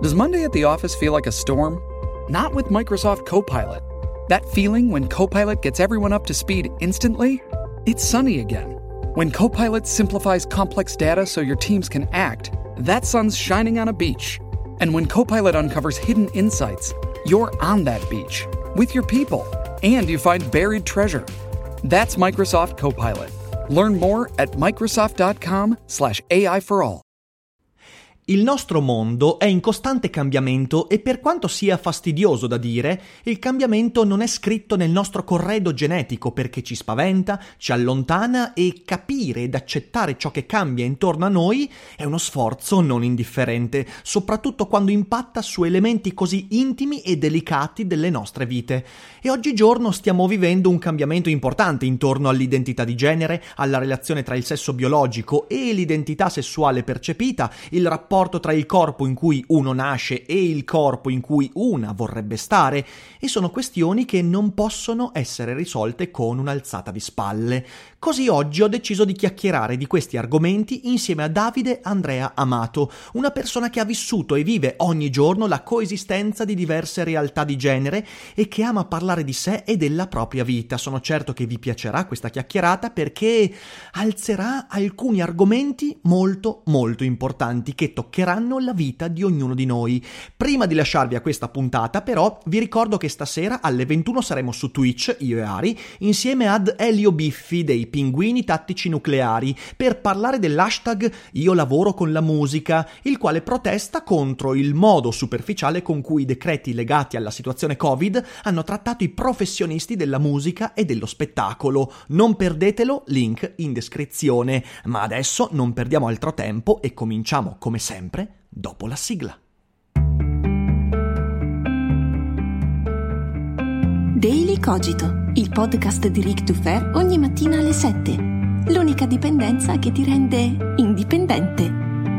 Does Monday at the office feel like a storm? Not with Microsoft Copilot. That feeling when Copilot gets everyone up to speed instantly? It's sunny again. When Copilot simplifies complex data so your teams can act, that sun's shining on a beach. And when Copilot uncovers hidden insights, you're on that beach with your people, and you find buried treasure. That's Microsoft Copilot. Learn more at Microsoft.com/AI for all. Il nostro mondo è in costante cambiamento e per quanto sia fastidioso da dire, il cambiamento non è scritto nel nostro corredo genetico perché ci spaventa, ci allontana e capire ed accettare ciò che cambia intorno a noi è uno sforzo non indifferente, soprattutto quando impatta su elementi così intimi e delicati delle nostre vite. E oggigiorno stiamo vivendo un cambiamento importante intorno all'identità di genere, alla relazione tra il sesso biologico e l'identità sessuale percepita, il rapporto tra il corpo in cui uno nasce e il corpo in cui una vorrebbe stare, e sono questioni che non possono essere risolte con un'alzata di spalle. Così oggi ho deciso di chiacchierare di questi argomenti insieme a Davide Andrea Amato, una persona che ha vissuto e vive ogni giorno la coesistenza di diverse realtà di genere e che ama parlare di sé e della propria vita. Sono certo che vi piacerà questa chiacchierata perché alzerà alcuni argomenti molto molto importanti che toccheranno la vita di ognuno di noi. Prima di lasciarvi a questa puntata, però, vi ricordo che stasera alle 21 saremo su Twitch, io e Ari, insieme ad Elio Biffi dei Pinguini Tattici Nucleari, per parlare dell'hashtag Io lavoro con la musica, il quale protesta contro il modo superficiale con cui i decreti legati alla situazione Covid hanno trattato i professionisti della musica e dello spettacolo. Non perdetelo, link in descrizione. Ma adesso non perdiamo altro tempo e cominciamo, come sempre, dopo la sigla. Daily Cogito, il podcast di Ric Dufer ogni mattina alle 7. L'unica dipendenza che ti rende indipendente.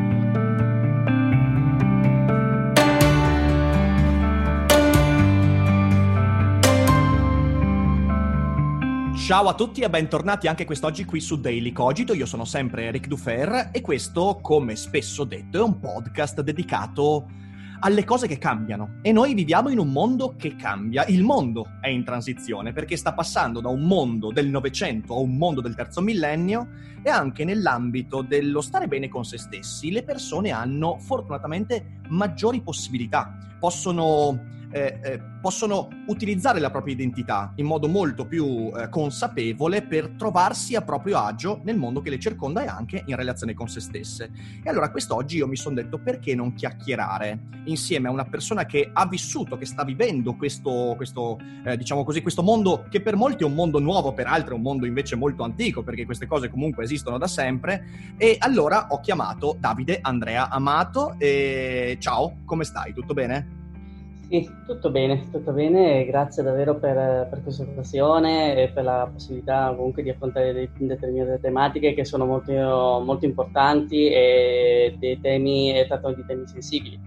Ciao a tutti e bentornati anche quest'oggi qui su Daily Cogito. Io sono sempre Ric Dufer e questo, come spesso detto, è un podcast dedicato alle cose che cambiano. E noi viviamo in un mondo che cambia. Il mondo è in transizione perché sta passando da un mondo del Novecento a un mondo del terzo millennio, e anche nell'ambito dello stare bene con se stessi le persone hanno fortunatamente maggiori possibilità. Possono utilizzare la propria identità in modo molto più consapevole per trovarsi a proprio agio nel mondo che le circonda e anche in relazione con se stesse. E allora quest'oggi io mi sono detto: perché non chiacchierare insieme a una persona che ha vissuto, che sta vivendo questo diciamo così, questo mondo che per molti è un mondo nuovo, per altri è un mondo invece molto antico, perché queste cose comunque esistono da sempre. E allora ho chiamato Davide Andrea Amato. Ciao, come stai? Tutto bene? Sì, tutto bene, grazie davvero per questa occasione e per la possibilità comunque di affrontare determinate tematiche che sono molto, molto importanti e trattano di temi sensibili.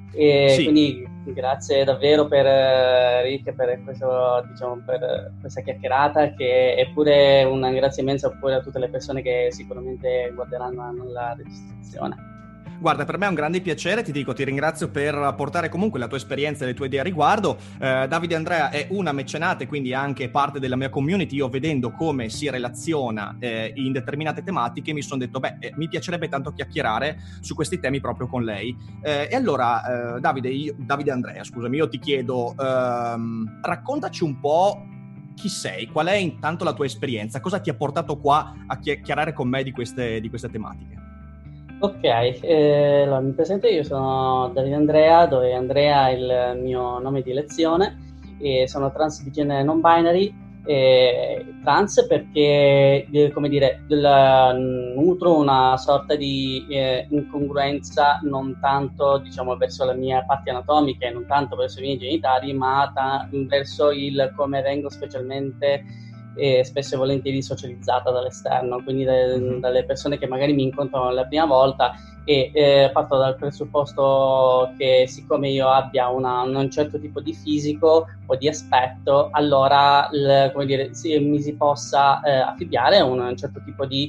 Sì. Quindi grazie davvero per Rick per questo, diciamo, per questa chiacchierata, che è pure un grazie immenso pure a tutte le persone che sicuramente guarderanno la registrazione. Guarda, per me è un grande piacere, ti ringrazio per portare comunque la tua esperienza e le tue idee a riguardo. Davide Andrea è una mecenate, quindi anche parte della mia community. Io, vedendo come si relaziona in determinate tematiche, mi sono detto, mi piacerebbe tanto chiacchierare su questi temi proprio con lei. E allora, Davide Andrea, scusami, io ti chiedo, raccontaci un po' chi sei, qual è intanto la tua esperienza, cosa ti ha portato qua a chiacchierare con me di queste tematiche. Ok, allora mi presento, io sono Davide Andrea, dove Andrea è il mio nome di elezione, e sono trans di genere non binary, trans perché, come dire, nutro una sorta di incongruenza non tanto, diciamo, verso la mia parte anatomica e non tanto verso i miei genitali, ma verso il come vengo specialmente spesso e volentieri socializzata dall'esterno, quindi dalle persone che magari mi incontrano la prima volta, e parto dal presupposto che siccome io abbia un certo tipo di fisico o di aspetto, allora come dire, mi si possa affibbiare a un certo tipo di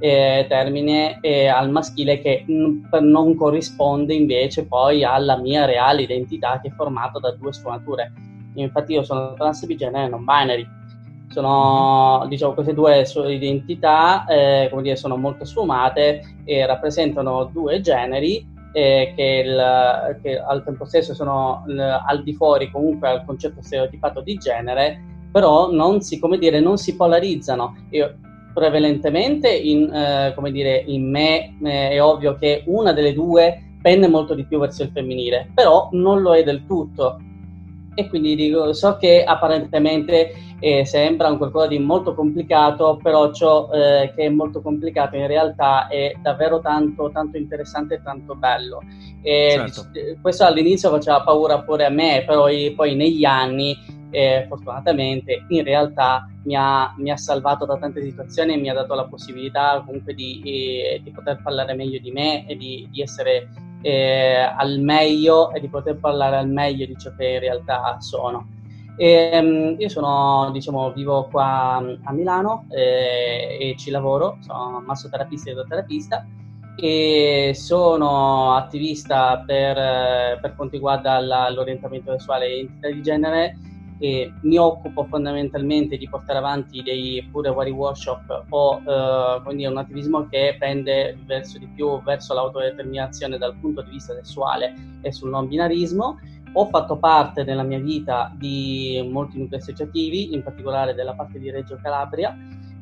termine al maschile, che non corrisponde invece poi alla mia reale identità, che è formata da due sfumature. Infatti io sono trans bigenere non binary. Sono, diciamo, queste due identità come dire, sono molto sfumate e rappresentano due generi che al tempo stesso sono al di fuori comunque al concetto stereotipato di genere, però non si polarizzano. Io prevalentemente come dire, in me è ovvio che una delle due pende molto di più verso il femminile, però non lo è del tutto. E quindi dico, so che apparentemente sembra un qualcosa di molto complicato, però ciò che è molto complicato in realtà è davvero tanto, tanto interessante e tanto bello. Certo. Questo all'inizio faceva paura pure a me, però poi negli anni fortunatamente in realtà mi ha salvato da tante situazioni e mi ha dato la possibilità comunque di poter parlare meglio di me e di essere al meglio e di poter parlare al meglio di ciò che in realtà sono. Io sono, diciamo, vivo qua a Milano e ci lavoro, sono massoterapista e idroterapista e sono attivista per quanto riguarda l'orientamento sessuale e l'identità di genere, e mi occupo fondamentalmente di portare avanti dei pure vari workshop o quindi un attivismo che pende di più verso l'autodeterminazione dal punto di vista sessuale e sul non binarismo. Ho fatto parte nella mia vita di molti nuclei associativi, in particolare della parte di Reggio Calabria,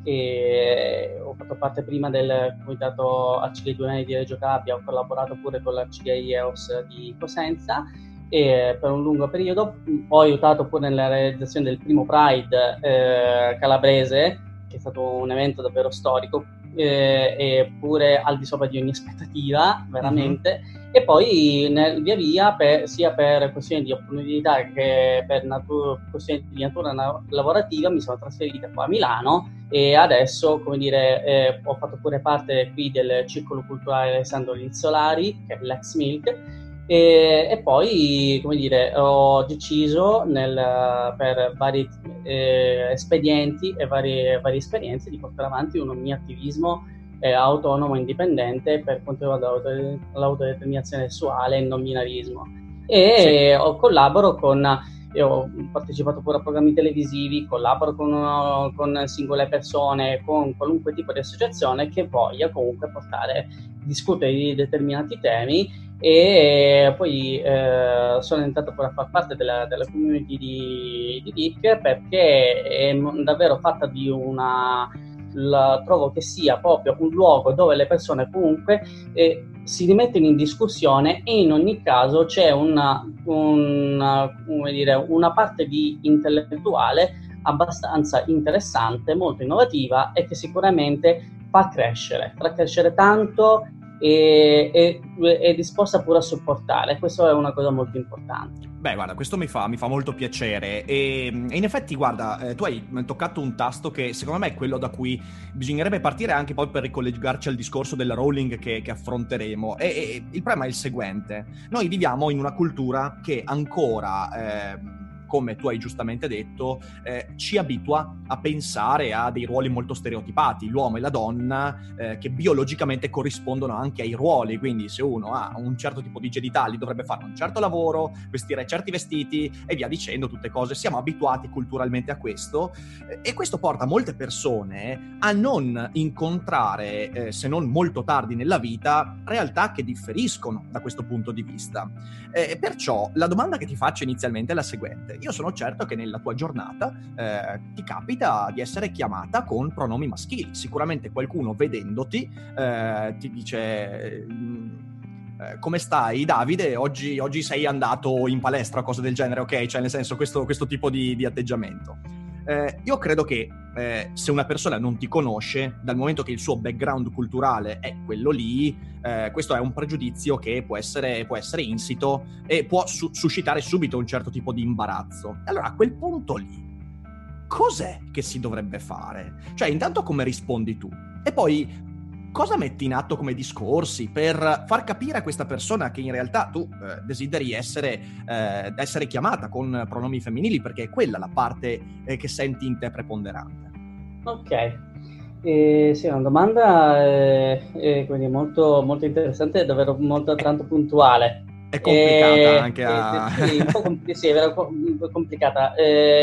e ho fatto parte prima del comitato Arcigay Giovanili di Reggio Calabria, ho collaborato pure con l'Arcigay EOS di Cosenza e per un lungo periodo ho aiutato pure nella realizzazione del primo Pride calabrese, che è stato un evento davvero storico e pure al di sopra di ogni aspettativa, veramente. E poi via via, sia per questioni di opportunità che per questioni di natura lavorativa, mi sono trasferita qua a Milano e adesso, come dire, ho fatto pure parte qui del Circolo Culturale Alessandro Lizzolari, che è l'ex Milk, e poi, come dire, ho deciso per vari espedienti e varie esperienze di portare avanti un mio attivismo autonomo e indipendente per quanto riguarda l'autodeterminazione sessuale e il non binarismo. E collaboro io ho partecipato pure a programmi televisivi, collaboro con singole persone, con qualunque tipo di associazione che voglia comunque discutere di determinati temi. E poi sono entrato pure a far parte della community di DIC, perché è davvero fatta di trovo che sia proprio un luogo dove le persone comunque si rimettono in discussione, e in ogni caso c'è una parte di intellettuale abbastanza interessante, molto innovativa, e che sicuramente fa crescere tanto e è disposta pure a supportare. Questo è una cosa molto importante. Beh, guarda, questo mi fa molto piacere e in effetti, guarda, tu hai toccato un tasto che secondo me è quello da cui bisognerebbe partire, anche poi per ricollegarci al discorso del Rowling che affronteremo. E il problema è il seguente: noi viviamo in una cultura che ancora come tu hai giustamente detto, ci abitua a pensare a dei ruoli molto stereotipati, l'uomo e la donna, che biologicamente corrispondono anche ai ruoli. Quindi se uno ha un certo tipo di genitali dovrebbe fare un certo lavoro, vestire certi vestiti e via dicendo, tutte cose. Siamo abituati culturalmente a questo, e questo porta molte persone a non incontrare, se non molto tardi nella vita, realtà che differiscono da questo punto di vista. Perciò la domanda che ti faccio inizialmente è la seguente: io sono certo che nella tua giornata ti capita di essere chiamata con pronomi maschili. Sicuramente qualcuno vedendoti ti dice come stai Davide? Oggi sei andato in palestra o cose del genere, ok? Cioè, nel senso, questo tipo di atteggiamento. Io credo che se una persona non ti conosce, dal momento che il suo background culturale è quello lì, questo è un pregiudizio che può essere insito e può suscitare subito un certo tipo di imbarazzo. Allora, a quel punto lì, cos'è che si dovrebbe fare? Cioè, intanto come rispondi tu? E poi cosa metti in atto come discorsi per far capire a questa persona che in realtà tu desideri essere chiamata con pronomi femminili, perché è quella la parte che senti in te preponderante? Ok. Sì, è una domanda quindi molto, molto interessante e davvero molto tanto puntuale. È complicata anche Sì, un po' sì, è vero, complicata.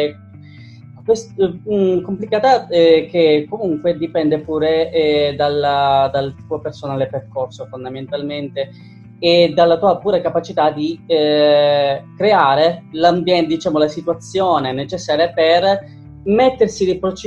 Complicata che comunque dipende pure dal tuo personale percorso fondamentalmente e dalla tua pure capacità di creare l'ambiente, diciamo la situazione necessaria per mettersi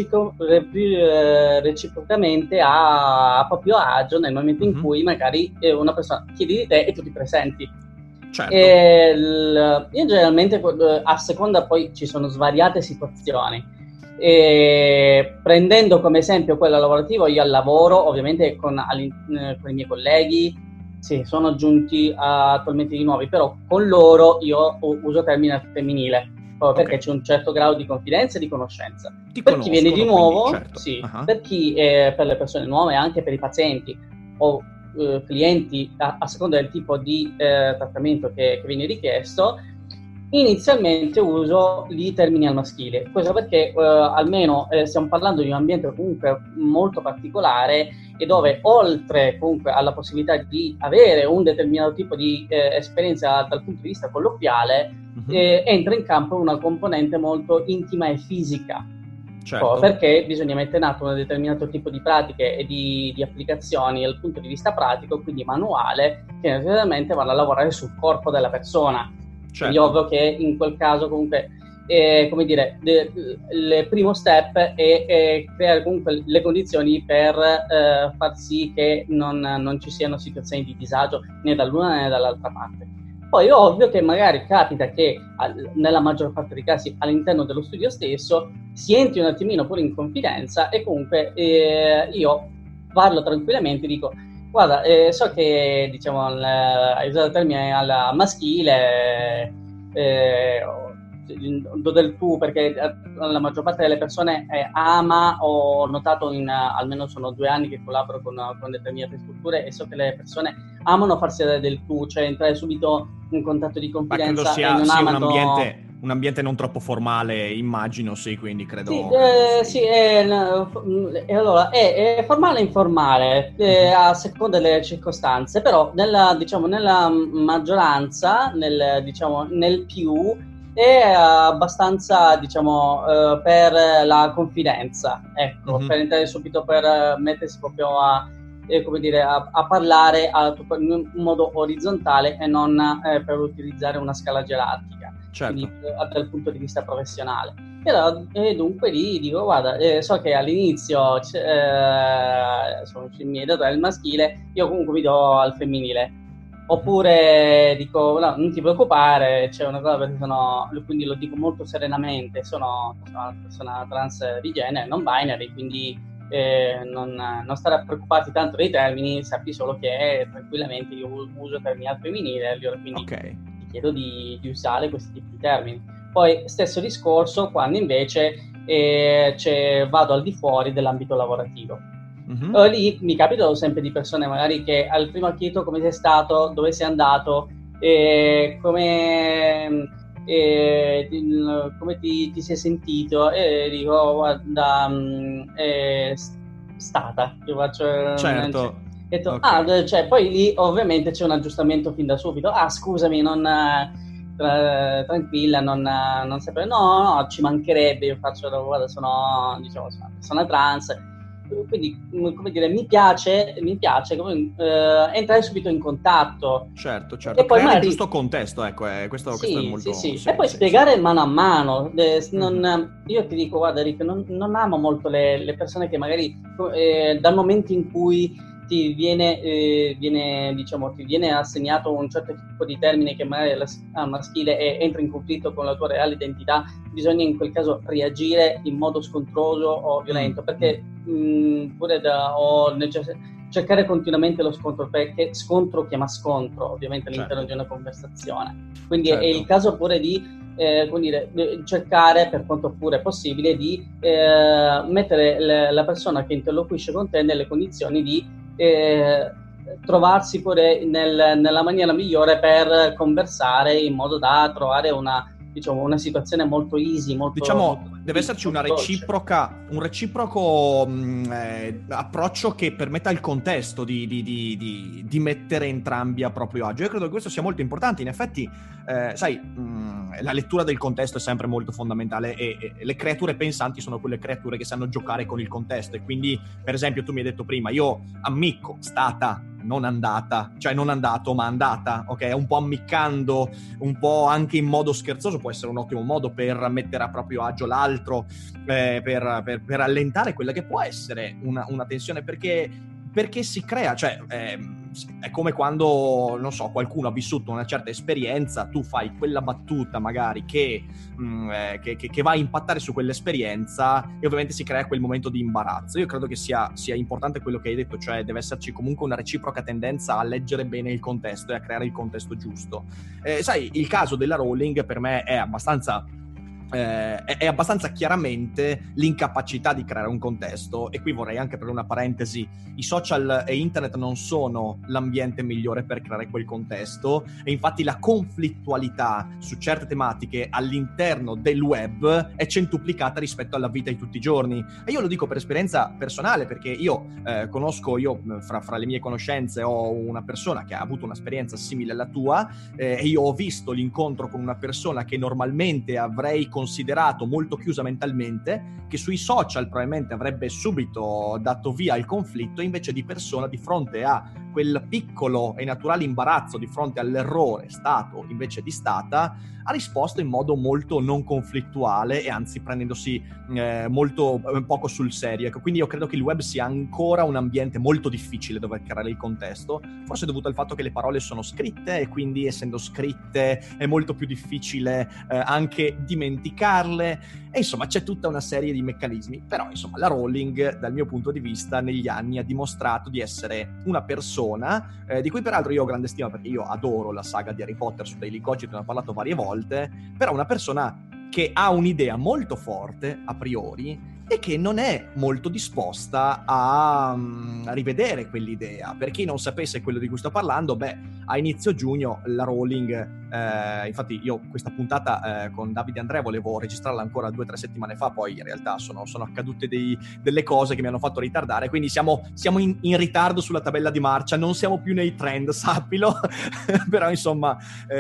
reciprocamente a proprio agio nel momento in cui magari una persona chiede di te e tu ti presenti. Certo. Io generalmente a seconda poi ci sono svariate situazioni prendendo come esempio quello lavorativo, io al lavoro ovviamente con i miei colleghi sono aggiunti attualmente di nuovi, però con loro io uso termine al femminile proprio perché c'è un certo grado di confidenza e di conoscenza. Per chi viene di nuovo, quindi, certo. per chi per le persone nuove, anche per i pazienti o clienti a seconda del tipo di trattamento che viene richiesto, inizialmente uso i termini al maschile. Questo perché almeno stiamo parlando di un ambiente comunque molto particolare e dove oltre comunque alla possibilità di avere un determinato tipo di esperienza dal punto di vista colloquiale entra in campo una componente molto intima e fisica. Certo. Perché bisogna mettere in atto un determinato tipo di pratiche e di applicazioni dal punto di vista pratico, quindi manuale, che necessariamente vanno a lavorare sul corpo della persona. Certo. Quindi ovvio che in quel caso comunque come dire, il primo step è creare comunque le condizioni per far sì che non ci siano situazioni di disagio né dall'una né dall'altra parte. Poi è ovvio che magari capita che nella maggior parte dei casi all'interno dello studio stesso si entri un attimino pure in confidenza e comunque io parlo tranquillamente, dico guarda, so che diciamo hai usato il termine al maschile, do del tu perché la maggior parte delle persone ama, ho notato almeno sono 2 anni che collaboro con determinate strutture e so che le persone amano farsi del tu, cioè entrare subito in contatto di confidenza. Ma credo e non sia amano... un ambiente non troppo formale, immagino, sì, quindi credo... Allora, è formale e informale, a seconda delle circostanze, però nella maggioranza, nel più, è abbastanza, per la confidenza, ecco, per entrare subito, per mettersi proprio a parlare in modo orizzontale e non per utilizzare una scala gerarchica, certo. Quindi dal punto di vista professionale. E dunque lì dico, guarda, so che all'inizio mi hai dato il maschile, io comunque vi do al femminile. Oppure dico, no, non ti preoccupare, c'è una cosa perché quindi lo dico molto serenamente, sono una persona trans di genere, non binary, quindi non stare preoccupati tanto dei termini, sappi solo che tranquillamente io uso termini al femminile, quindi ti chiedo di usare questi tipi di termini. Poi stesso discorso quando invece vado al di fuori dell'ambito lavorativo. Lì mi capitano sempre di persone magari che al primo chiedo come sei stato, dove sei andato, come ti sei sentito, e dico guarda, stata, io faccio certo. Detto, cioè, poi lì ovviamente c'è un aggiustamento fin da subito. Scusami, non tranquilla, non sempre, no, ci mancherebbe, io faccio, guarda, sono una persona trans, quindi come dire, mi piace entrare subito in contatto, certo, e poi creare il giusto contesto, ecco, questo è molto e poi spiegare mano a mano. Io ti dico, guarda Rick, non amo molto le persone che magari dal momento in cui ti viene assegnato un certo tipo di termine che magari al maschile entra in conflitto con la tua reale identità, bisogna in quel caso reagire in modo scontroso o violento, perché cercare continuamente lo scontro, perché scontro chiama scontro ovviamente all'interno di una conversazione, quindi è il caso pure di cercare, per quanto pure possibile, di mettere la persona che interloquisce con te nelle condizioni di trovarsi pure nella maniera migliore per conversare, in modo da trovare una diciamo, una situazione molto easy, molto... Diciamo, deve esserci un reciproco approccio che permetta al contesto di mettere entrambi a proprio agio. Io credo che questo sia molto importante. In effetti, la lettura del contesto è sempre molto fondamentale e le creature pensanti sono quelle creature che sanno giocare con il contesto. E quindi, per esempio, tu mi hai detto prima, io ammicco, stata, non andata, cioè non andato ma andata, ok? Un po' ammiccando, un po' anche in modo scherzoso, può essere un ottimo modo per mettere a proprio agio l'altro, per allentare quella che può essere una tensione, perché si crea, cioè è come quando, non so, qualcuno ha vissuto una certa esperienza, tu fai quella battuta magari che va a impattare su quell'esperienza e ovviamente si crea quel momento di imbarazzo. Io credo che sia importante quello che hai detto, cioè deve esserci comunque una reciproca tendenza a leggere bene il contesto e a creare il contesto giusto. Sai, il caso della Rowling per me è abbastanza chiaramente l'incapacità di creare un contesto, e qui vorrei anche aprire una parentesi: i social e internet non sono l'ambiente migliore per creare quel contesto, e infatti la conflittualità su certe tematiche all'interno del web è centuplicata rispetto alla vita di tutti i giorni. E io lo dico per esperienza personale, perché io conosco, fra le mie conoscenze ho una persona che ha avuto un'esperienza simile alla tua, e io ho visto l'incontro con una persona che normalmente avrei considerato molto chiusa mentalmente, che sui social probabilmente avrebbe subito dato via al conflitto, invece di persona, di fronte a quel piccolo e naturale imbarazzo, di fronte all'errore stato invece di stata, ha risposto in modo molto non conflittuale e anzi prendendosi molto poco sul serio. Ecco, quindi io credo che il web sia ancora un ambiente molto difficile dove creare il contesto, forse dovuto al fatto che le parole sono scritte e quindi essendo scritte è molto più difficile anche dimenticarle, e insomma c'è tutta una serie di meccanismi. Però insomma la Rowling, dal mio punto di vista, negli anni ha dimostrato di essere una persona di cui peraltro io ho grande stima, perché io adoro la saga di Harry Potter, su Daily Cogito ne ho parlato varie volte, però una persona che ha un'idea molto forte a priori e che non è molto disposta a rivedere quell'idea. Per chi non sapesse quello di cui sto parlando, a inizio giugno la Rowling, infatti io questa puntata con Davide e Andrea volevo registrarla ancora 2 o 3 settimane fa, poi in realtà sono accadute delle cose che mi hanno fatto ritardare, quindi siamo in ritardo sulla tabella di marcia, non siamo più nei trend, sappilo, però insomma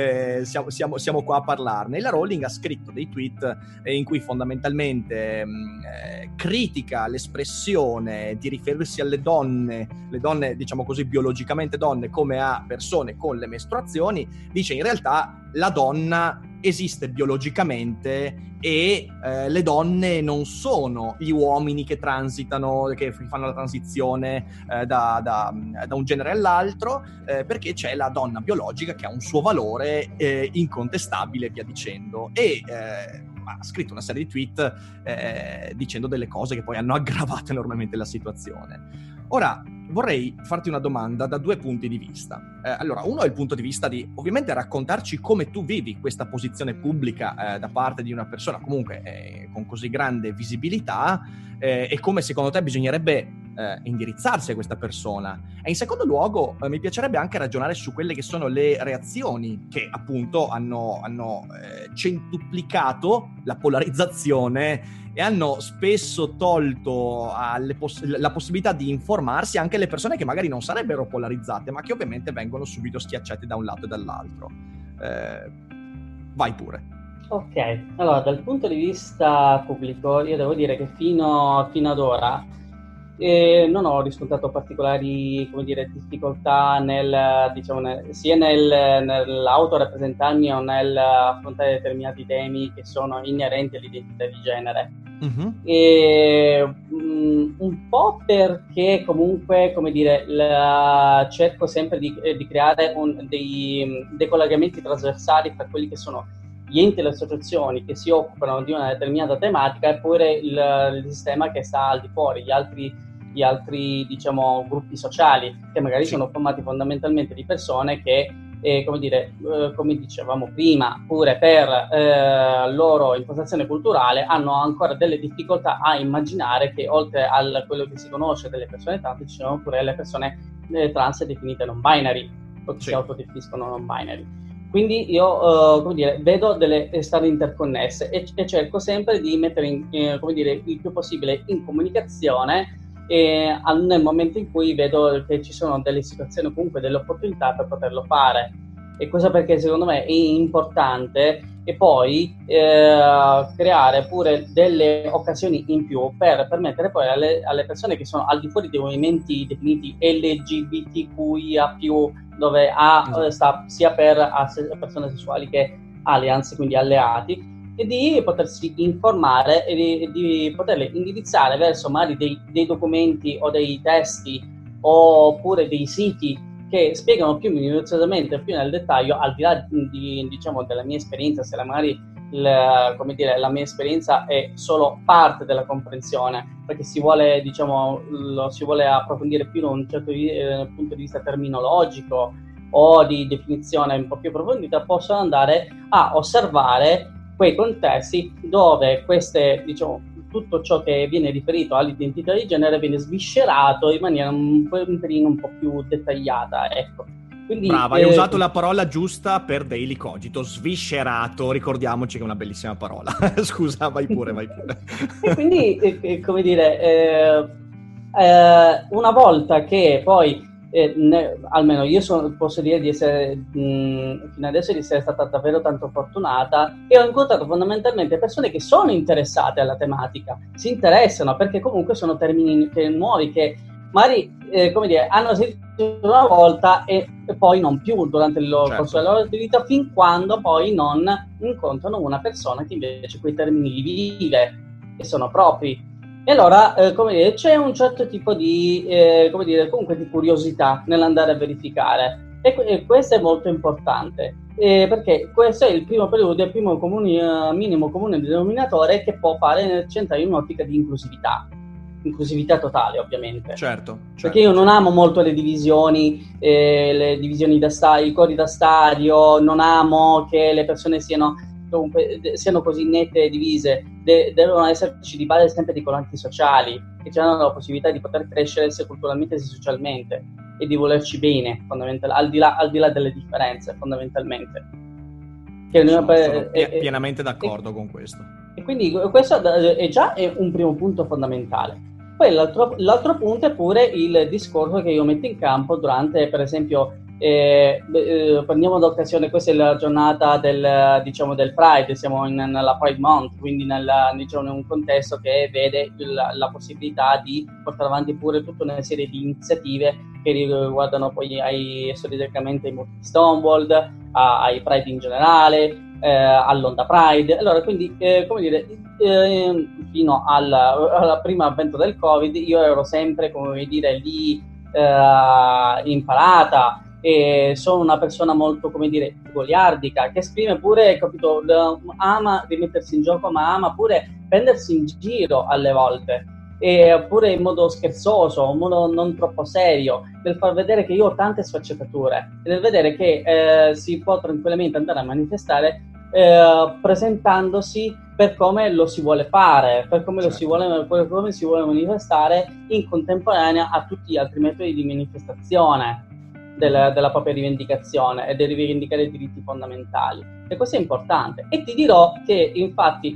siamo qua a parlarne. E la Rowling ha scritto dei tweet in cui fondamentalmente critica l'espressione di riferirsi alle donne, le donne diciamo così biologicamente donne, come a persone con le mestruazioni. Dice in realtà la donna esiste biologicamente e le donne non sono gli uomini che transitano, che fanno la transizione da un genere all'altro, perché c'è la donna biologica che ha un suo valore incontestabile e via dicendo. E ha scritto una serie di tweet dicendo delle cose che poi hanno aggravato enormemente la situazione. Ora, vorrei farti una domanda da 2 punti di vista. Allora, uno è il punto di vista di, ovviamente, raccontarci come tu vivi questa posizione pubblica da parte di una persona comunque con così grande visibilità, e come secondo te bisognerebbe indirizzarsi a questa persona. E in secondo luogo mi piacerebbe anche ragionare su quelle che sono le reazioni che appunto hanno centuplicato la polarizzazione e hanno spesso tolto la possibilità di informarsi anche le persone che magari non sarebbero polarizzate, ma che ovviamente vengono subito schiacciate da un lato e dall'altro. Vai pure. Ok, allora dal punto di vista pubblico io devo dire che fino ad ora non ho riscontrato particolari, come dire, difficoltà sia nell'autorappresentarmi o nel affrontare determinati temi che sono inerenti all'identità di genere. Mm-hmm. Un po' perché comunque, come dire, cerco sempre di creare dei collegamenti trasversali tra quelli che sono gli enti e le associazioni che si occupano di una determinata tematica e pure il sistema che sta al di fuori, gli altri diciamo gruppi sociali che magari sono formati fondamentalmente di persone che come dicevamo prima, pure per loro impostazione culturale hanno ancora delle difficoltà a immaginare che oltre a quello che si conosce delle persone trans ci sono pure le persone trans definite non binary o che si autodefiniscono non binary. Quindi io come dire, vedo delle strade interconnesse e cerco sempre di mettere come dire, il più possibile in comunicazione nel momento in cui vedo che ci sono delle situazioni, comunque delle opportunità per poterlo fare. E questo perché secondo me è importante, e poi creare pure delle occasioni in più per permettere poi alle persone che sono al di fuori dei movimenti definiti LGBTQIA+, dove sta sia per persone sessuali che alleanze, quindi alleati, e di potersi informare e di poterle indirizzare verso magari dei documenti o dei testi oppure dei siti che spiegano più minuziosamente, più nel dettaglio, al di là diciamo della mia esperienza, se magari come dire, la mia esperienza è solo parte della comprensione, perché si vuole, diciamo, si vuole approfondire più da un certo punto di vista terminologico o di definizione un po' più approfondita, possono andare a osservare quei contesti dove queste, diciamo, tutto ciò che viene riferito all'identità di genere viene sviscerato in maniera un pelino un po' più dettagliata, ecco. Quindi, brava, hai usato la parola giusta per Daily Cogito, sviscerato, ricordiamoci che è una bellissima parola. Scusa, vai pure. E quindi, come dire, una volta che poi almeno io posso dire di essere fino adesso di essere stata davvero tanto fortunata, e ho incontrato fondamentalmente persone che sono interessate alla tematica, si interessano, perché comunque sono termini nuovi che magari come dire, hanno sentito una volta e poi non più durante il corso della loro vita, fin quando poi non incontrano una persona che invece quei termini li vive e sono propri. E allora, come dire, c'è un certo tipo di, come dire, comunque di curiosità nell'andare a verificare, e questo è molto importante, perché questo è il primo preludio, il primo minimo comune denominatore che può centrare in un'ottica di inclusività totale, ovviamente. Certo. Perché io non amo molto le divisioni da stadio, i cori da stadio, non amo che le persone siano così nette e divise. Devono esserci di base sempre dei collanti sociali che ci danno la possibilità di poter crescere sia culturalmente sia socialmente e di volerci bene, al di là delle differenze, fondamentalmente. Sono pienamente d'accordo con questo. E quindi questo è già un primo punto fondamentale. Poi l'altro punto è pure il discorso che io metto in campo durante, per esempio, prendiamo d'occasione, questa è la giornata del Pride, siamo nella Pride Month, quindi diciamo, in un contesto che vede la possibilità di portare avanti pure tutta una serie di iniziative che riguardano poi solidariamente ai muri di Stonewall, ai Pride in generale, all'Onda Pride. Allora, quindi, come dire, fino al primo avvento del Covid, io ero sempre, come dire, lì imparata, e sono una persona molto, come dire, goliardica, che esprime pure, capito, ama rimettersi in gioco, ma ama pure prendersi in giro alle volte, e pure in modo scherzoso, in modo non troppo serio, nel far vedere che io ho tante sfaccettature, e nel vedere che si può tranquillamente andare a manifestare presentandosi per come lo si vuole fare, per come si vuole manifestare in contemporanea a tutti gli altri metodi di manifestazione della propria rivendicazione e di rivendicare i diritti fondamentali. E questo è importante. E ti dirò che infatti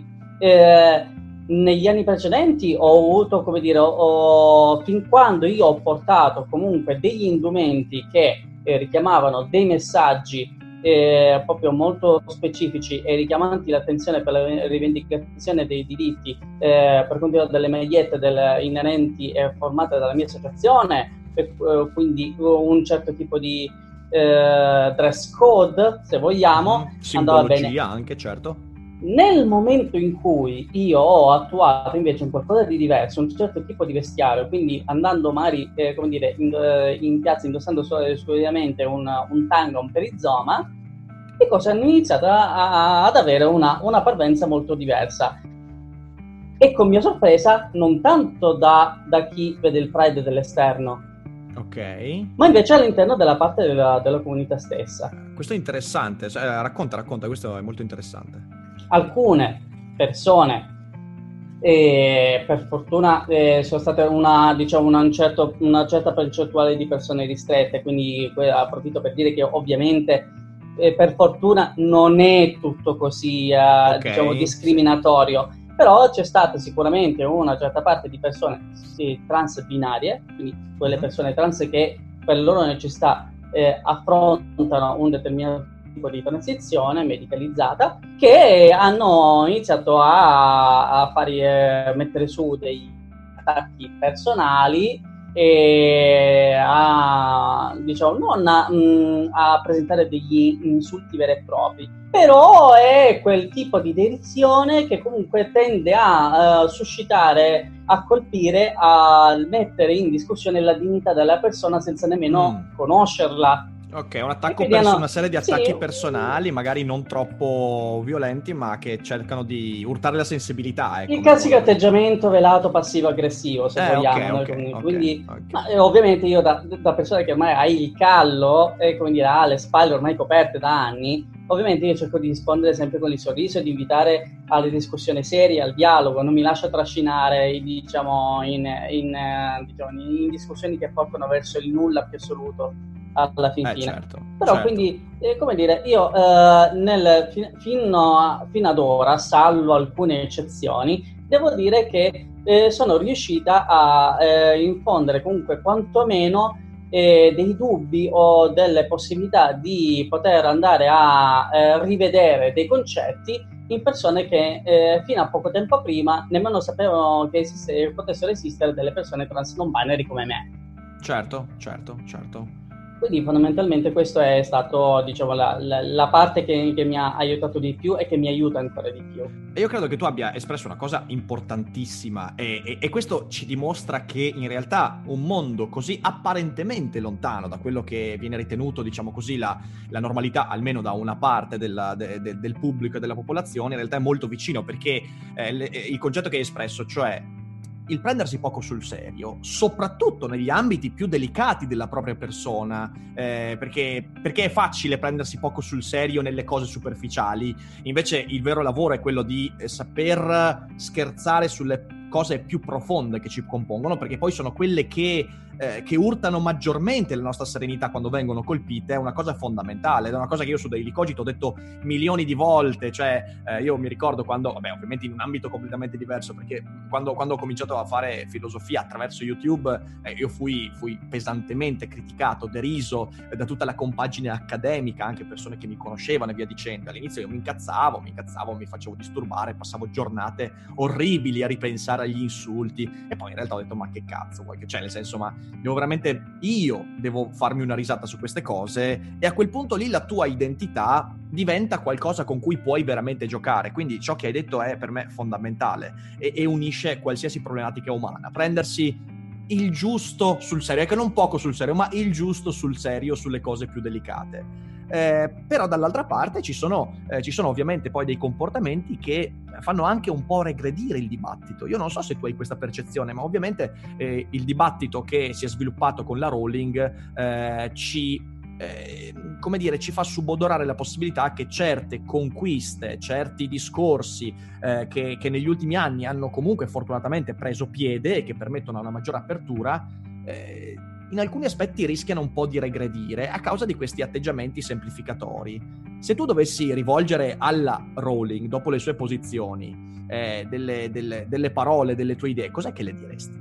negli anni precedenti ho avuto, come dire, fin quando io ho portato comunque degli indumenti che richiamavano dei messaggi proprio molto specifici e richiamanti l'attenzione per la rivendicazione dei diritti, per conto delle magliette inerenti e formate dalla mia associazione, quindi un certo tipo di dress code, se vogliamo, andava bene anche, certo. Nel momento in cui io ho attuato invece un qualcosa di diverso, un certo tipo di vestiario, quindi andando magari come dire, in piazza indossando esclusivamente un tanga, un perizoma, le cose hanno iniziato ad avere una parvenza molto diversa. E con mia sorpresa, non tanto da chi vede il Pride dall'esterno, ok, ma invece all'interno della parte della comunità stessa. Questo è interessante, racconta, questo è molto interessante. Alcune persone, per fortuna sono state una certa percentuale di persone ristrette, quindi approfitto per dire che ovviamente per fortuna non è tutto così diciamo discriminatorio, però c'è stata sicuramente una certa parte di persone trans binarie, quindi quelle persone trans che per le loro necessità affrontano un determinato tipo di transizione medicalizzata, che hanno iniziato a fare mettere su dei attacchi personali e diciamo non a presentare degli insulti veri e propri, però è quel tipo di derizione che comunque tende a suscitare, a colpire, a mettere in discussione la dignità della persona senza nemmeno conoscerla. Ok, un attacco una serie di attacchi personali, magari non troppo violenti, ma che cercano di urtare la sensibilità. Il classico atteggiamento velato passivo-aggressivo, se vogliamo. Quindi, ovviamente io da persona che ormai ha il callo e come dire, ha le spalle ormai coperte da anni, ovviamente io cerco di rispondere sempre con il sorriso e di invitare alle discussioni serie, al dialogo, non mi lascio trascinare diciamo, in discussioni che portano verso il nulla più assoluto alla fine. Però quindi come dire, io fino ad ora, salvo alcune eccezioni, devo dire che sono riuscita a infondere comunque quantomeno dei dubbi o delle possibilità di poter andare a rivedere dei concetti in persone che fino a poco tempo prima nemmeno sapevano che potessero esistere delle persone trans non binary come me. Certo. Quindi fondamentalmente questo è stato, diciamo, la parte che mi ha aiutato di più e che mi aiuta ancora di più. E io credo che tu abbia espresso una cosa importantissima e questo ci dimostra che in realtà un mondo così apparentemente lontano da quello che viene ritenuto, diciamo così, la normalità, almeno da una parte del pubblico e della popolazione, in realtà è molto vicino, perché il concetto che hai espresso, cioè il prendersi poco sul serio, soprattutto negli ambiti più delicati della propria persona, perché è facile prendersi poco sul serio nelle cose superficiali, invece il vero lavoro è quello di saper scherzare sulle cose più profonde che ci compongono, perché poi sono quelle che urtano maggiormente la nostra serenità quando vengono colpite. È una cosa fondamentale, è una cosa che io su Daily Cogito ho detto milioni di volte, cioè io mi ricordo quando, ovviamente in un ambito completamente diverso, perché quando ho cominciato a fare filosofia attraverso YouTube, io fui pesantemente criticato, deriso da tutta la compagine accademica, anche persone che mi conoscevano e via dicendo. All'inizio io mi incazzavo, mi facevo disturbare, passavo giornate orribili a ripensare agli insulti, e poi in realtà ho detto ma che cazzo vuoi che c'è, nel senso, ma devo farmi una risata su queste cose, e a quel punto lì la tua identità diventa qualcosa con cui puoi veramente giocare. Quindi ciò che hai detto è per me fondamentale e unisce qualsiasi problematica umana, prendersi il giusto sul serio, e che non poco sul serio, ma il giusto sul serio sulle cose più delicate. Però dall'altra parte ci sono ovviamente poi dei comportamenti che fanno anche un po' regredire il dibattito. Io non so se tu hai questa percezione, ma ovviamente il dibattito che si è sviluppato con la Rowling ci fa subodorare la possibilità che certe conquiste, certi discorsi che negli ultimi anni hanno comunque fortunatamente preso piede e che permettono una maggiore apertura, in alcuni aspetti rischiano un po' di regredire a causa di questi atteggiamenti semplificatori. Se tu dovessi rivolgere alla Rowling, dopo le sue posizioni, delle parole, delle tue idee, cos'è che le diresti?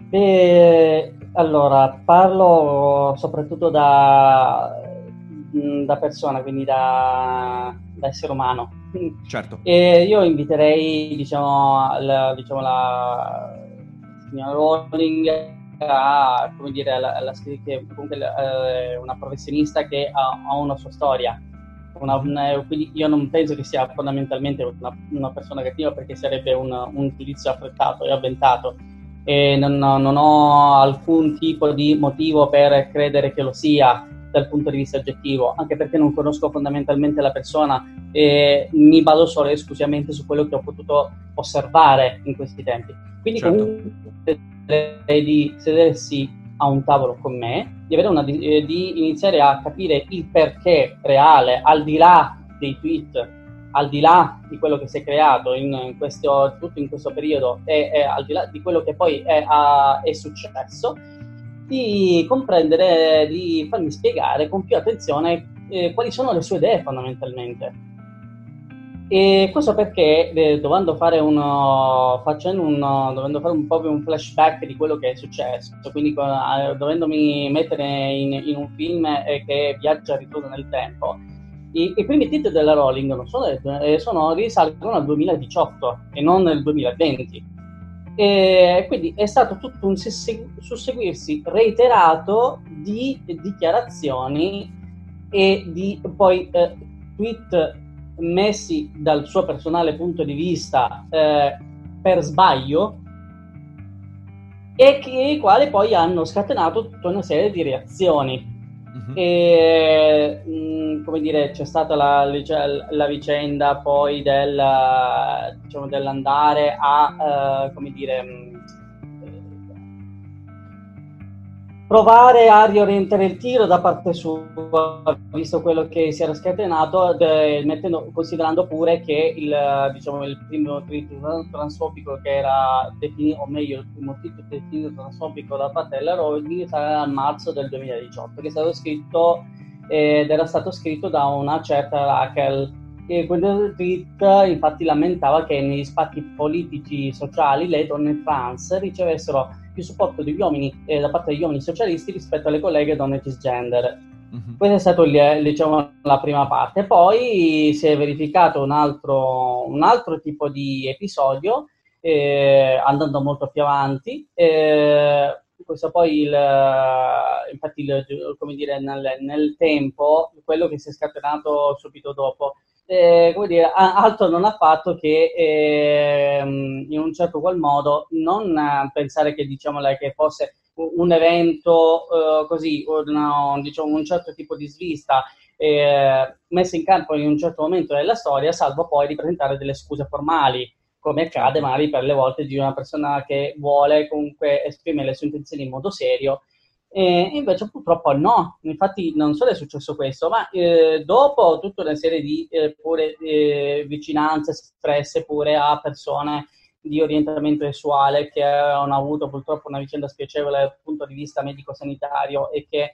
Allora, parlo soprattutto da persona, quindi da essere umano. Certo. E io inviterei, la signora Rowling a, come dire, che comunque è una professionista che ha una sua storia. Quindi io non penso che sia fondamentalmente una persona cattiva, perché sarebbe un giudizio affrettato e avventato. E non ho alcun tipo di motivo per credere che lo sia dal punto di vista oggettivo, anche perché non conosco fondamentalmente la persona e mi baso solo e esclusivamente su quello che ho potuto osservare in questi tempi. Quindi comunque di sedersi a un tavolo con me, di iniziare a capire il perché reale, al di là dei tweet, al di là di quello che si è creato tutto in questo periodo e al di là di quello che poi è successo, di comprendere, di farmi spiegare con più attenzione quali sono le sue idee fondamentalmente. E questo perché dovendo fare proprio un flashback di quello che è successo, quindi dovendomi mettere in un film che viaggia a ritorno nel tempo, i primi titoli della Rowling risalgono al 2018 e non nel 2020. E quindi è stato tutto un susseguirsi reiterato di dichiarazioni e di poi tweet messi dal suo personale punto di vista per sbaglio, e i quali poi hanno scatenato tutta una serie di reazioni. E come dire, c'è stata la vicenda poi dell'andare a come dire, provare a riorientare il tiro da parte sua, visto quello che si era scatenato, considerando pure che il primo tweet transfobico che era definito, o meglio, il primo tweet definito transfobico da parte della Rowling sarà a marzo del 2018, che è stato scritto ed era stato scritto da una certa Rachel, e quel tweet infatti lamentava che negli spazi politici sociali le donne trans ricevessero più supporto degli uomini da parte degli uomini socialisti rispetto alle colleghe donne cisgender. Questa è stata la prima parte. Poi si è verificato un altro tipo di episodio, andando molto più avanti. Questo poi infatti come dire, nel tempo, quello che si è scatenato subito dopo, come dire, altro non ha fatto che in un certo qual modo non pensare che che fosse un evento così, un certo tipo di svista messo in campo in un certo momento della storia, salvo poi ripresentare delle scuse formali, come accade magari per le volte di una persona che vuole comunque esprimere le sue intenzioni in modo serio. Invece purtroppo no, infatti non solo è successo questo, ma dopo tutta una serie di vicinanze espresse pure a persone di orientamento sessuale che hanno avuto purtroppo una vicenda spiacevole dal punto di vista medico-sanitario e che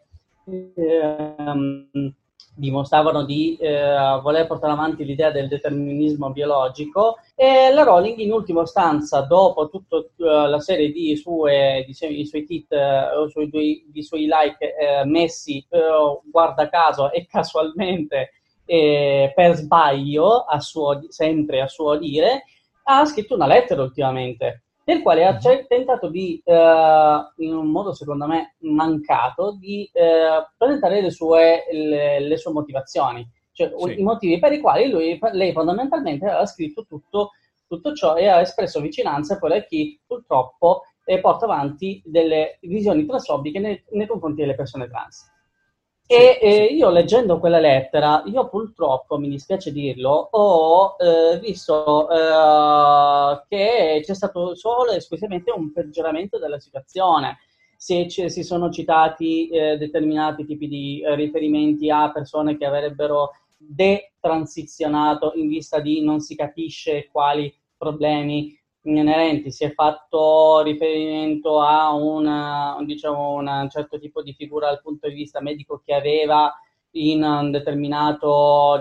dimostravano di voler portare avanti l'idea del determinismo biologico, e la Rowling in ultima istanza, dopo tutta la serie di suoi tweet di suoi like messi guarda caso e casualmente per sbaglio sempre a suo dire, ha scritto una lettera ultimamente, nel quale ha tentato di, in un modo secondo me mancato, di presentare le sue motivazioni, cioè i motivi per i quali lei fondamentalmente aveva scritto tutto ciò e ha espresso vicinanza poi a chi purtroppo porta avanti delle visioni transfobiche nei confronti delle persone trans. Io leggendo quella lettera, io purtroppo, mi dispiace dirlo, ho visto che c'è stato solo e esclusivamente un peggioramento della situazione. Si sono citati determinati tipi di riferimenti a persone che avrebbero detransizionato in vista di non si capisce quali problemi inerenti. Si è fatto riferimento a un certo tipo di figura dal punto di vista medico che aveva in un determinato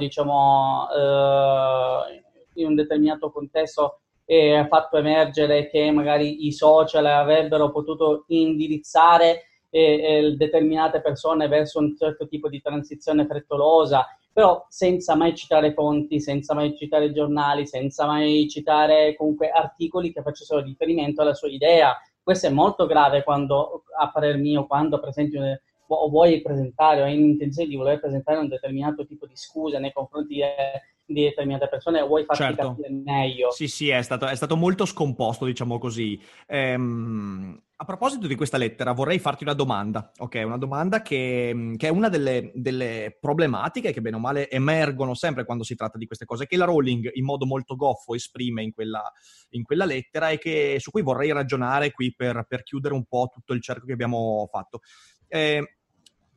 in un determinato contesto fatto emergere che magari i social avrebbero potuto indirizzare determinate persone verso un certo tipo di transizione frettolosa, però senza mai citare fonti, senza mai citare giornali, senza mai citare comunque articoli che facessero riferimento alla sua idea. Questo è molto grave quando, a parer mio, quando presenti o vuoi presentare o hai intenzione di voler presentare un determinato tipo di scusa nei confronti di determinate persone, vuoi farti capire meglio. Sì, è stato molto scomposto, diciamo così. A proposito di questa lettera, vorrei farti una domanda, ok? Una domanda che è una delle problematiche che bene o male emergono sempre quando si tratta di queste cose, che la Rowling in modo molto goffo esprime in quella lettera e su cui vorrei ragionare qui per chiudere un po' tutto il cerchio che abbiamo fatto.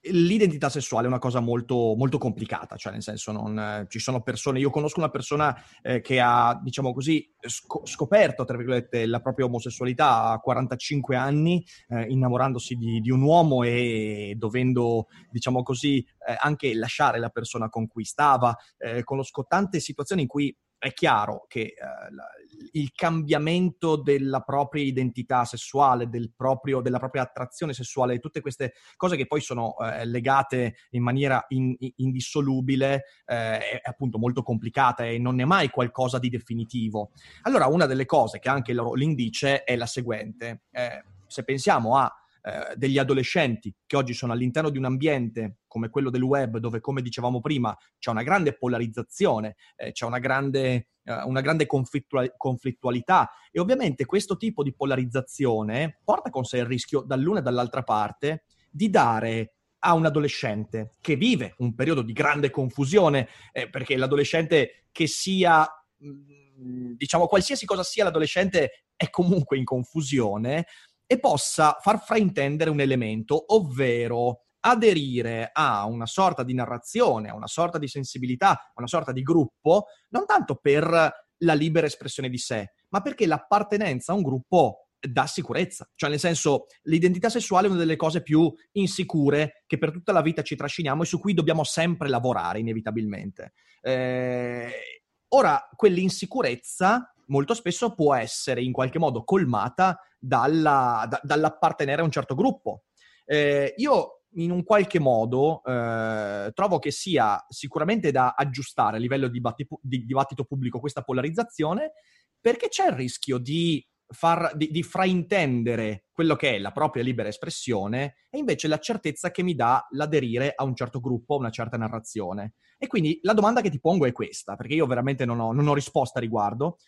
l'identità sessuale è una cosa molto, molto complicata, cioè nel senso ci sono persone, io conosco una persona che ha, diciamo così, scoperto, tra virgolette, la propria omosessualità a 45 anni, innamorandosi di un uomo e dovendo, diciamo così, anche lasciare la persona con cui stava. Conosco tante situazioni in cui è chiaro che il cambiamento della propria identità sessuale, della propria attrazione sessuale, tutte queste cose che poi sono legate in maniera indissolubile, è appunto molto complicata e non è mai qualcosa di definitivo. Allora, una delle cose che anche Rowling dice è la seguente. Se pensiamo a degli adolescenti che oggi sono all'interno di un ambiente come quello del web, dove, come dicevamo prima, c'è una grande polarizzazione, c'è una grande conflittualità, e ovviamente questo tipo di polarizzazione porta con sé il rischio dall'una e dall'altra parte di dare a un adolescente che vive un periodo di grande confusione, perché l'adolescente che sia, diciamo, qualsiasi cosa sia l'adolescente è comunque in confusione, e possa far fraintendere un elemento, ovvero aderire a una sorta di narrazione, a una sorta di sensibilità, a una sorta di gruppo, non tanto per la libera espressione di sé, ma perché l'appartenenza a un gruppo dà sicurezza. Cioè, nel senso, l'identità sessuale è una delle cose più insicure che per tutta la vita ci trasciniamo e su cui dobbiamo sempre lavorare, inevitabilmente. Ora, quell'insicurezza molto spesso può essere in qualche modo colmata dall'appartenere a un certo gruppo. Io in un qualche modo trovo che sia sicuramente da aggiustare a livello di dibattito pubblico questa polarizzazione, perché c'è il rischio di fraintendere quello che è la propria libera espressione e invece la certezza che mi dà l'aderire a un certo gruppo, a una certa narrazione. E quindi la domanda che ti pongo è questa, perché io veramente non ho risposta a riguardo.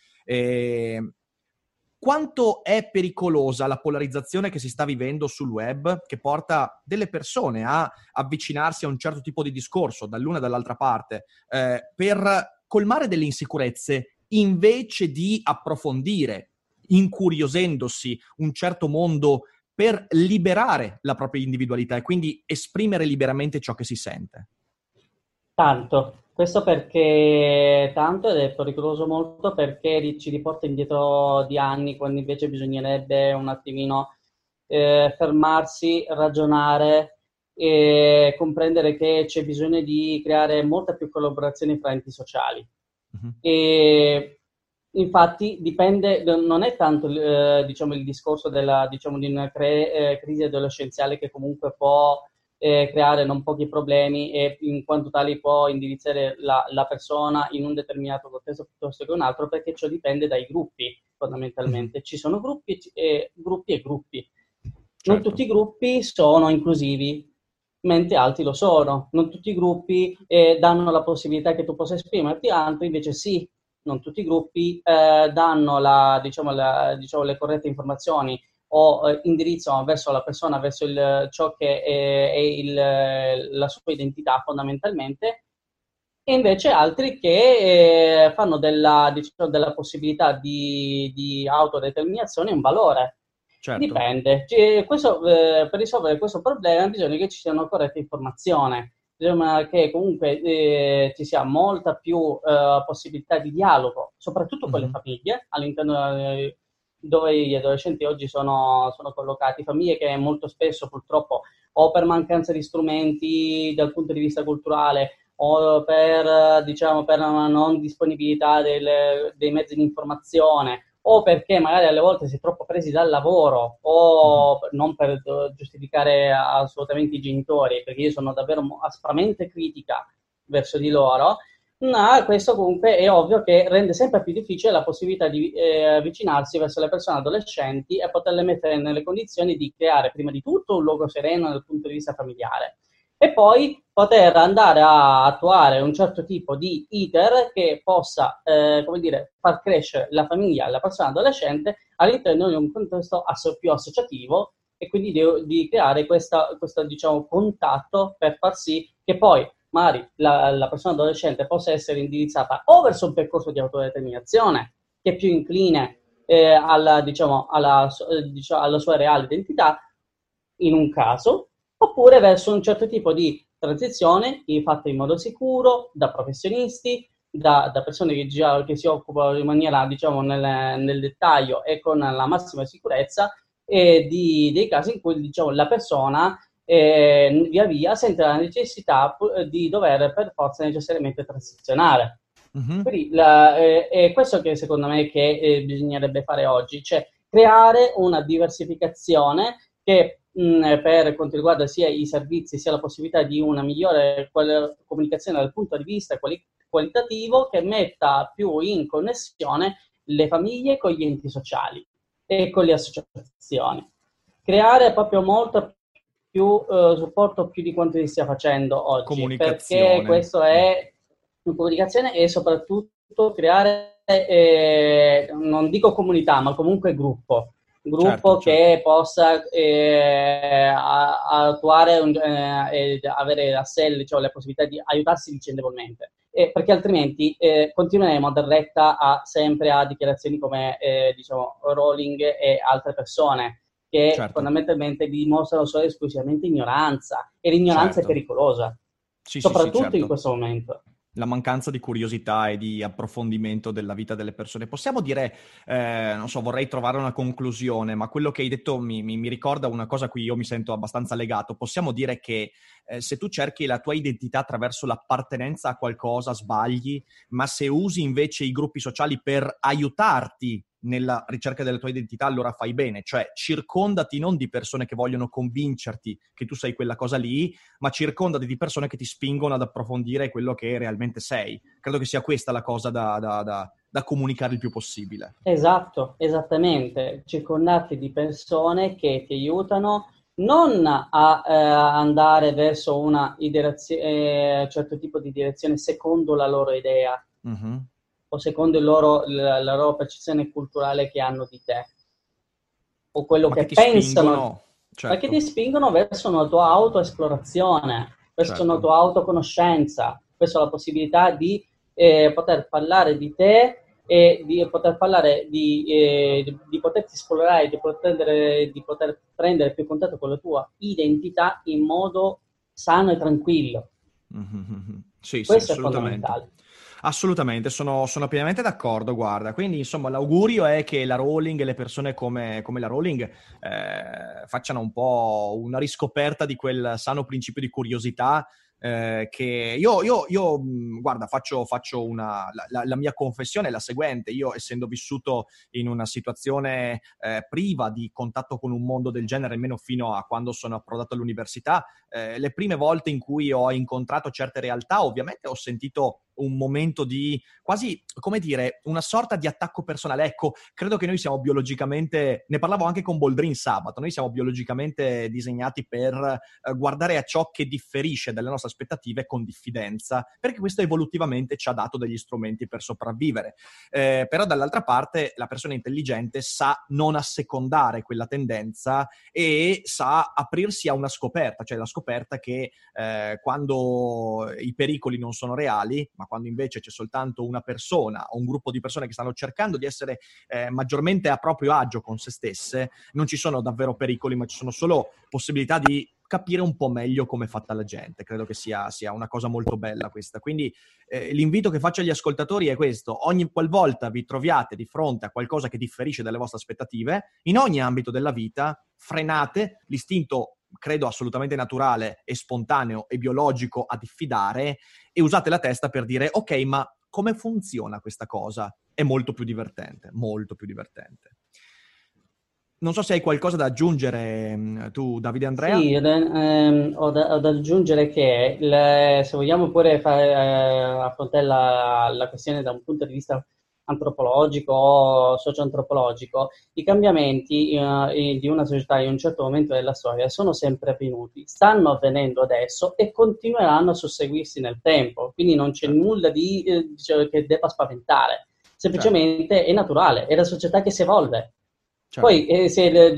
Quanto è pericolosa la polarizzazione che si sta vivendo sul web, che porta delle persone a avvicinarsi a un certo tipo di discorso dall'una e dall'altra parte, per colmare delle insicurezze invece di approfondire, incuriosendosi, un certo mondo per liberare la propria individualità e quindi esprimere liberamente ciò che si sente? Tanto, questo perché tanto, ed è pericoloso molto perché ci riporta indietro di anni, quando invece bisognerebbe un attimino fermarsi, ragionare e comprendere che c'è bisogno di creare molta più collaborazione fra enti sociali. Mm-hmm. E infatti dipende, non è tanto diciamo, il discorso diciamo, di una crisi adolescenziale che comunque può creare non pochi problemi e in quanto tali può indirizzare la persona in un determinato contesto piuttosto che un altro, perché ciò dipende dai gruppi fondamentalmente. Ci sono gruppi e gruppi. Certo. Non tutti i gruppi sono inclusivi, mentre altri lo sono. Non tutti i gruppi danno la possibilità che tu possa esprimerti, altri invece sì. Non tutti i gruppi danno diciamo, le corrette informazioni o indirizzano verso la persona, verso ciò che è la sua identità fondamentalmente, e invece altri che fanno della possibilità di autodeterminazione un valore. Certo. Dipende. Per risolvere questo problema bisogna che ci sia una corretta informazione, bisogna che comunque ci sia molta più possibilità di dialogo, soprattutto con le famiglie, all'interno dove gli adolescenti oggi sono collocati, famiglie che molto spesso purtroppo o per mancanza di strumenti dal punto di vista culturale o per una non disponibilità dei mezzi di informazione o perché magari alle volte si è troppo presi dal lavoro o non per giustificare assolutamente i genitori, perché io sono davvero aspramente critica verso di loro. No, questo comunque è ovvio che rende sempre più difficile la possibilità di avvicinarsi verso le persone adolescenti e poterle mettere nelle condizioni di creare prima di tutto un luogo sereno dal punto di vista familiare e poi poter andare a attuare un certo tipo di iter che possa far crescere la famiglia e la persona adolescente all'interno di un contesto più associativo e quindi di creare questo diciamo, contatto per far sì che poi magari la persona adolescente possa essere indirizzata o verso un percorso di autodeterminazione che è più incline alla sua reale identità in un caso, oppure verso un certo tipo di transizione fatta in modo sicuro da professionisti, da persone che si occupano in maniera, diciamo, nel dettaglio e con la massima sicurezza dei casi in cui, diciamo, la persona via via sente la necessità di dover per forza necessariamente transizionare. Mhm. Quindi è questo che secondo me che bisognerebbe fare oggi, cioè creare una diversificazione che per quanto riguarda sia i servizi sia la possibilità di una migliore comunicazione dal punto di vista qualitativo, che metta più in connessione le famiglie con gli enti sociali e con le associazioni. Creare proprio molto più supporto più di quanto si stia facendo oggi, perché questo è comunicazione e soprattutto creare, non dico comunità, ma comunque gruppo Certo. che possa attuare e avere a sé, diciamo, la possibilità di aiutarsi vicendevolmente. Perché altrimenti continueremo a dar retta sempre a dichiarazioni come diciamo Rowling e altre persone che fondamentalmente dimostrano solo esclusivamente ignoranza, e l'ignoranza è pericolosa, soprattutto in questo momento. La mancanza di curiosità e di approfondimento della vita delle persone. Possiamo dire, non so, vorrei trovare una conclusione, ma quello che hai detto mi ricorda una cosa a cui io mi sento abbastanza legato. Possiamo dire che se tu cerchi la tua identità attraverso l'appartenenza a qualcosa, sbagli, ma se usi invece i gruppi sociali per aiutarti nella ricerca della tua identità, allora fai bene. Cioè, circondati non di persone che vogliono convincerti che tu sei quella cosa lì, ma circondati di persone che ti spingono ad approfondire quello che realmente sei. Credo che sia questa la cosa da comunicare il più possibile. Esatto, esattamente. Circondarti di persone che ti aiutano non a andare verso una certo tipo di direzione secondo la loro idea, o secondo la loro percezione culturale che hanno di te, o quello che pensano, ma che ti spingono verso una tua autoesplorazione, verso una tua autoconoscenza, verso la possibilità di poter parlare di te e di poter parlare di poterti esplorare, di poter prendere più contatto con la tua identità in modo sano e tranquillo. Sì, questo sì, è fondamentale. Assolutamente, sono pienamente d'accordo, guarda. Quindi, insomma, l'augurio è che la Rowling e le persone come la Rowling facciano un po' una riscoperta di quel sano principio di curiosità che io guarda, faccio la mia confessione è la seguente. Io, essendo vissuto in una situazione priva di contatto con un mondo del genere, almeno fino a quando sono approdato all'università, le prime volte in cui ho incontrato certe realtà, ovviamente ho sentito un momento di quasi, come dire, una sorta di attacco personale. Ecco, credo che noi siamo biologicamente, ne parlavo anche con Boldrin sabato, noi siamo biologicamente disegnati per guardare a ciò che differisce dalle nostre aspettative con diffidenza, perché questo evolutivamente ci ha dato degli strumenti per sopravvivere. Però dall'altra parte la persona intelligente sa non assecondare quella tendenza e sa aprirsi a una scoperta, cioè la scoperta che quando i pericoli non sono reali, ma quando invece c'è soltanto una persona o un gruppo di persone che stanno cercando di essere maggiormente a proprio agio con se stesse, non ci sono davvero pericoli, ma ci sono solo possibilità di capire un po' meglio come è fatta la gente. Credo che sia una cosa molto bella questa. Quindi l'invito che faccio agli ascoltatori è questo: ogni qualvolta vi troviate di fronte a qualcosa che differisce dalle vostre aspettative, in ogni ambito della vita, frenate l'istinto, credo assolutamente naturale e spontaneo e biologico, a diffidare, e usate la testa per dire: ok, ma come funziona questa cosa? È molto più divertente, molto più divertente. Non so se hai qualcosa da aggiungere tu, Davide Andrea. Sì, ho da aggiungere che se vogliamo pure affrontare la questione da un punto di vista antropologico o socio-antropologico, i cambiamenti di una società in un certo momento della storia sono sempre avvenuti, stanno avvenendo adesso e continueranno a susseguirsi nel tempo, quindi non c'è nulla che debba spaventare, semplicemente è naturale, è la società che si evolve. Certo. Poi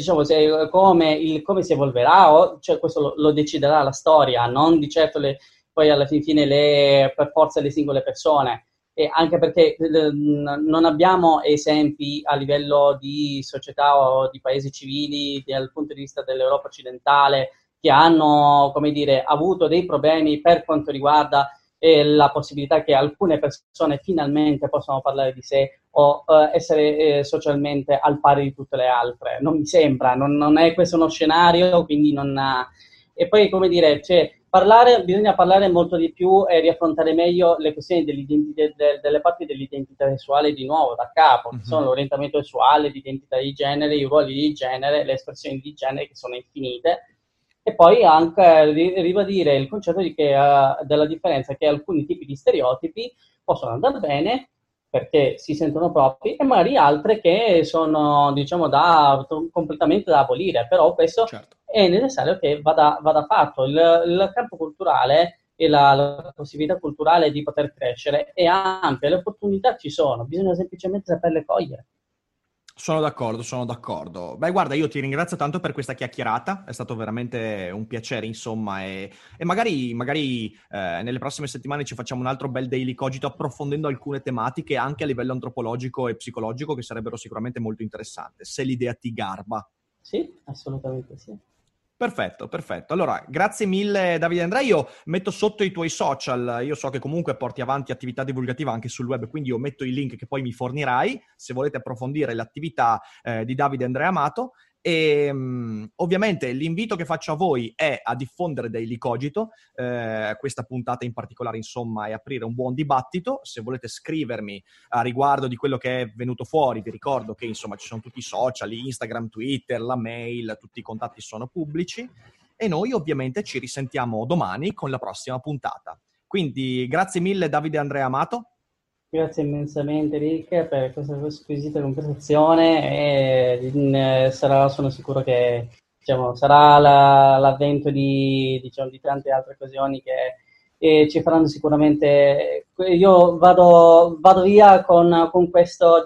come si evolverà, cioè questo lo deciderà la storia, non di certo poi alla fine per forza le singole persone. E anche perché non abbiamo esempi a livello di società o di paesi civili dal punto di vista dell'Europa occidentale che hanno, come dire, avuto dei problemi per quanto riguarda la possibilità che alcune persone finalmente possano parlare di sé o essere socialmente al pari di tutte le altre. Non mi sembra, non è questo uno scenario, quindi non ha... E poi, come dire, bisogna parlare molto di più e riaffrontare meglio le questioni delle parti dell'identità sessuale di nuovo, da capo, che sono l'orientamento sessuale, l'identità di genere, i ruoli di genere, le espressioni di genere che sono infinite. E poi anche ribadire il concetto della differenza che alcuni tipi di stereotipi possono andare bene perché si sentono propri e magari altre che sono, diciamo, completamente da abolire, però questo è necessario che vada fatto. Il campo culturale e la possibilità culturale di poter crescere è ampia, le opportunità ci sono, bisogna semplicemente saperle cogliere. Sono d'accordo. Beh, guarda, io ti ringrazio tanto per questa chiacchierata, è stato veramente un piacere, insomma, e magari nelle prossime settimane ci facciamo un altro bel Daily Cogito approfondendo alcune tematiche anche a livello antropologico e psicologico che sarebbero sicuramente molto interessanti, se l'idea ti garba. Sì, assolutamente sì. Perfetto. Allora, grazie mille Davide Andrea, io metto sotto i tuoi social, io so che comunque porti avanti attività divulgativa anche sul web, quindi io metto i link che poi mi fornirai, se volete approfondire l'attività di Davide Andrea Amato, e ovviamente l'invito che faccio a voi è a diffondere Daily Cogito, questa puntata in particolare, insomma, e aprire un buon dibattito. Se volete scrivermi a riguardo di quello che è venuto fuori, vi ricordo che insomma ci sono tutti i social, Instagram, Twitter, la mail, tutti i contatti sono pubblici e noi ovviamente ci risentiamo domani con la prossima puntata. Quindi grazie mille Davide Andrea Amato. Grazie immensamente Rick per questa squisita conversazione e sono sicuro che sarà l'avvento di tante altre occasioni che ci faranno sicuramente. Io vado via con questo,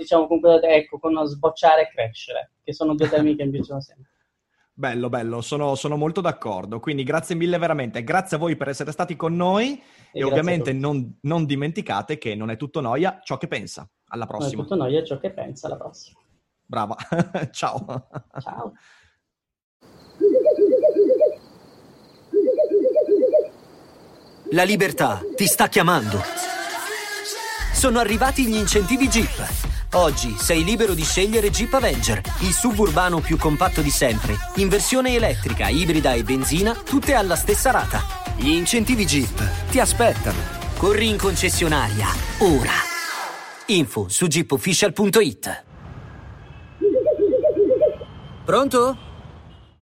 con uno sbocciare e crescere, che sono due termini che mi piacciono sempre. Bello, sono molto d'accordo, quindi grazie mille veramente, grazie a voi per essere stati con noi e ovviamente non dimenticate che non è tutto noia ciò che pensa. Alla prossima. Non è tutto noia ciò che pensa, alla prossima. Brava, ciao. Ciao. La libertà ti sta chiamando. Sono arrivati gli incentivi Jeep. Oggi sei libero di scegliere Jeep Avenger, il suburbano più compatto di sempre, in versione elettrica, ibrida e benzina, tutte alla stessa rata. Gli incentivi Jeep ti aspettano. Corri in concessionaria, ora. Info su jeepofficial.it. Pronto?